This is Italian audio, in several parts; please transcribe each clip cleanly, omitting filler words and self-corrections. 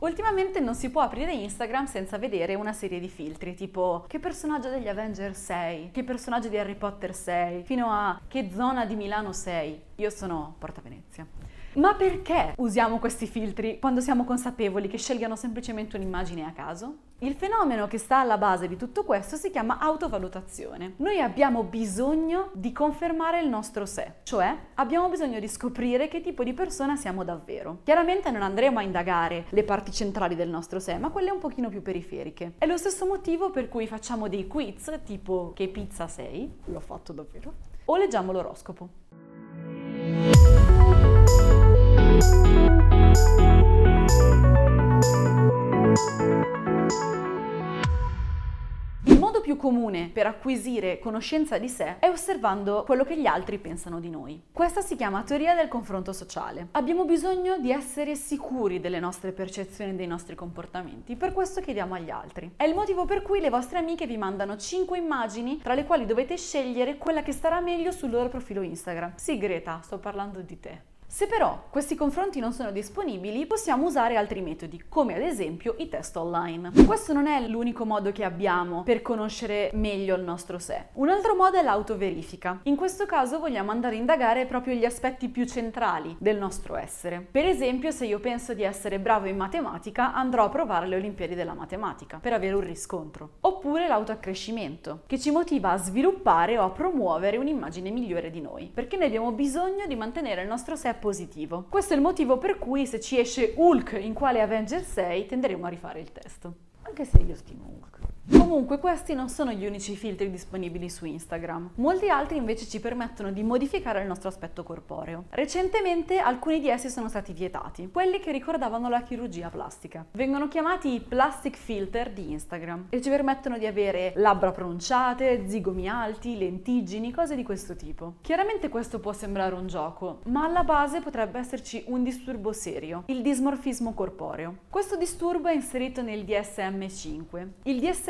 Ultimamente non si può aprire Instagram senza vedere una serie di filtri, tipo che personaggio degli Avengers sei, che personaggio di Harry Potter sei, fino a che zona di Milano sei. Io sono Porta Venezia. Ma perché usiamo questi filtri quando siamo consapevoli che scelgano semplicemente un'immagine a caso? Il fenomeno che sta alla base di tutto questo si chiama autovalutazione. Noi abbiamo bisogno di confermare il nostro sé, cioè abbiamo bisogno di scoprire che tipo di persona siamo davvero. Chiaramente non andremo a indagare le parti centrali del nostro sé, ma quelle un pochino più periferiche. È lo stesso motivo per cui facciamo dei quiz tipo che pizza sei, l'ho fatto davvero, o leggiamo l'oroscopo. Il modo più comune per acquisire conoscenza di sé è osservando quello che gli altri pensano di noi. Questa si chiama teoria del confronto sociale. Abbiamo bisogno di essere sicuri delle nostre percezioni e dei nostri comportamenti, per questo chiediamo agli altri. È il motivo per cui le vostre amiche vi mandano 5 immagini, tra le quali dovete scegliere quella che starà meglio sul loro profilo Instagram. Sì, Greta, sto parlando di te. Se però questi confronti non sono disponibili, possiamo usare altri metodi, come ad esempio i test online. Questo non è l'unico modo che abbiamo per conoscere meglio il nostro sé. Un altro modo è l'autoverifica. In questo caso vogliamo andare a indagare proprio gli aspetti più centrali del nostro essere. Per esempio, se io penso di essere bravo in matematica, andrò a provare le Olimpiadi della matematica per avere un riscontro. Oppure l'autoaccrescimento, che ci motiva a sviluppare o a promuovere un'immagine migliore di noi, perché noi abbiamo bisogno di mantenere il nostro sé positivo. Questo è il motivo per cui se ci esce Hulk in quale Avenger sei, tenderemo a rifare il test. Anche se io stimo Hulk. Comunque questi non sono gli unici filtri disponibili su Instagram. Molti altri invece ci permettono di modificare il nostro aspetto corporeo. Recentemente alcuni di essi sono stati vietati, quelli che ricordavano la chirurgia plastica. Vengono chiamati i plastic filter di Instagram e ci permettono di avere labbra pronunciate, zigomi alti, lentiggini, cose di questo tipo. Chiaramente questo può sembrare un gioco, ma alla base potrebbe esserci un disturbo serio, il dismorfismo corporeo. Questo disturbo è inserito nel DSM-5. Il DSM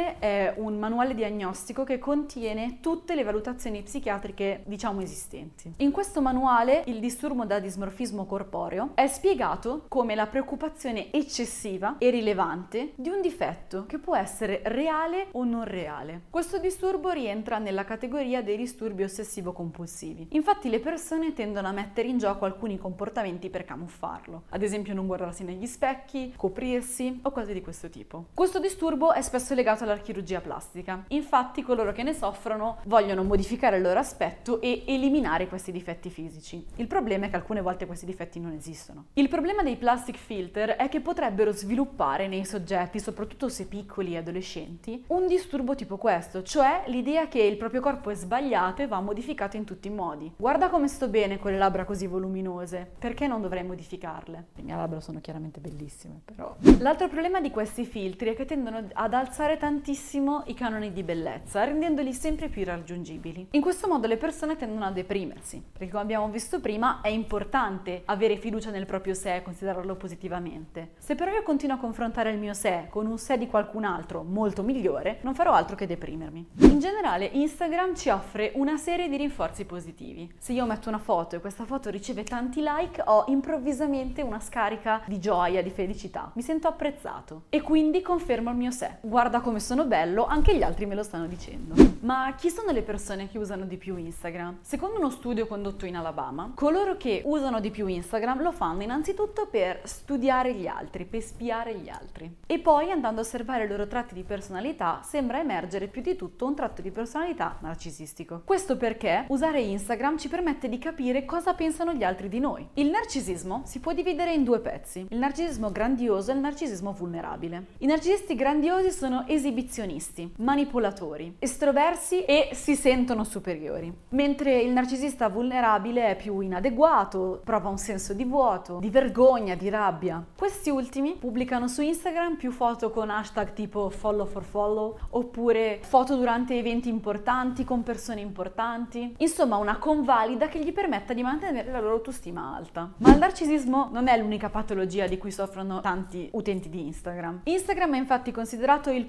è un manuale diagnostico che contiene tutte le valutazioni psichiatriche, diciamo, esistenti. In questo manuale il disturbo da dismorfismo corporeo è spiegato come la preoccupazione eccessiva e rilevante di un difetto che può essere reale o non reale. Questo disturbo rientra nella categoria dei disturbi ossessivo-compulsivi. Infatti le persone tendono a mettere in gioco alcuni comportamenti per camuffarlo, ad esempio non guardarsi negli specchi, coprirsi o cose di questo tipo. Questo disturbo è spesso legato alla chirurgia plastica. Infatti coloro che ne soffrono vogliono modificare il loro aspetto e eliminare questi difetti fisici. Il problema è che alcune volte questi difetti non esistono. Il problema dei plastic filter è che potrebbero sviluppare nei soggetti, soprattutto se piccoli e adolescenti, un disturbo tipo questo, cioè l'idea che il proprio corpo è sbagliato e va modificato in tutti i modi. Guarda come sto bene con le labbra così voluminose, perché non dovrei modificarle? Le mie labbra sono chiaramente bellissime, però. L'altro problema di questi filtri è che tendono ad alzare tantissimo i canoni di bellezza, rendendoli sempre più irraggiungibili. In questo modo le persone tendono a deprimersi, perché come abbiamo visto prima è importante avere fiducia nel proprio sé e considerarlo positivamente. Se però io continuo a confrontare il mio sé con un sé di qualcun altro molto migliore, non farò altro che deprimermi. In generale Instagram ci offre una serie di rinforzi positivi. Se io metto una foto e questa foto riceve tanti like, ho improvvisamente una scarica di gioia, di felicità. Mi sento apprezzato e quindi confermo il mio sé. Guarda come sono bello, anche gli altri me lo stanno dicendo. Ma chi sono le persone che usano di più Instagram? Secondo uno studio condotto in Alabama, coloro che usano di più Instagram lo fanno innanzitutto per studiare gli altri, per spiare gli altri. E poi, andando a osservare i loro tratti di personalità, sembra emergere più di tutto un tratto di personalità narcisistico. Questo perché usare Instagram ci permette di capire cosa pensano gli altri di noi. Il narcisismo si può dividere in due pezzi: il narcisismo grandioso e il narcisismo vulnerabile. I narcisisti grandiosi sono esibizionisti, manipolatori, estroversi e si sentono superiori, mentre il narcisista vulnerabile è più inadeguato, prova un senso di vuoto, di vergogna, di rabbia. Questi ultimi pubblicano su Instagram più foto con hashtag tipo follow for follow, oppure foto durante eventi importanti con persone importanti, insomma una convalida che gli permetta di mantenere la loro autostima alta. Ma il narcisismo non è l'unica patologia di cui soffrono tanti utenti di Instagram. Instagram è infatti considerato il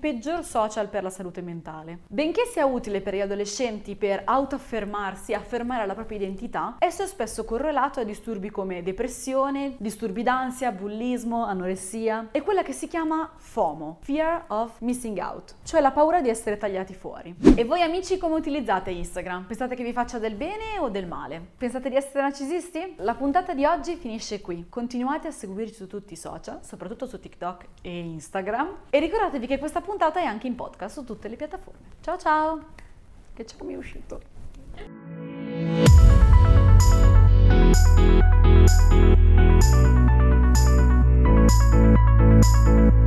peggior social per la salute mentale. Benché sia utile per gli adolescenti per autoaffermarsi e affermare la propria identità, esso è spesso correlato a disturbi come depressione, disturbi d'ansia, bullismo, anoressia e quella che si chiama FOMO, Fear of Missing Out, cioè la paura di essere tagliati fuori. E voi amici come utilizzate Instagram? Pensate che vi faccia del bene o del male? Pensate di essere narcisisti? La puntata di oggi finisce qui. Continuate a seguirci su tutti i social, soprattutto su TikTok e Instagram, e ricordatevi che questa puntata è anche in podcast su tutte le piattaforme. Ciao ciao! Che ciao mi è uscito!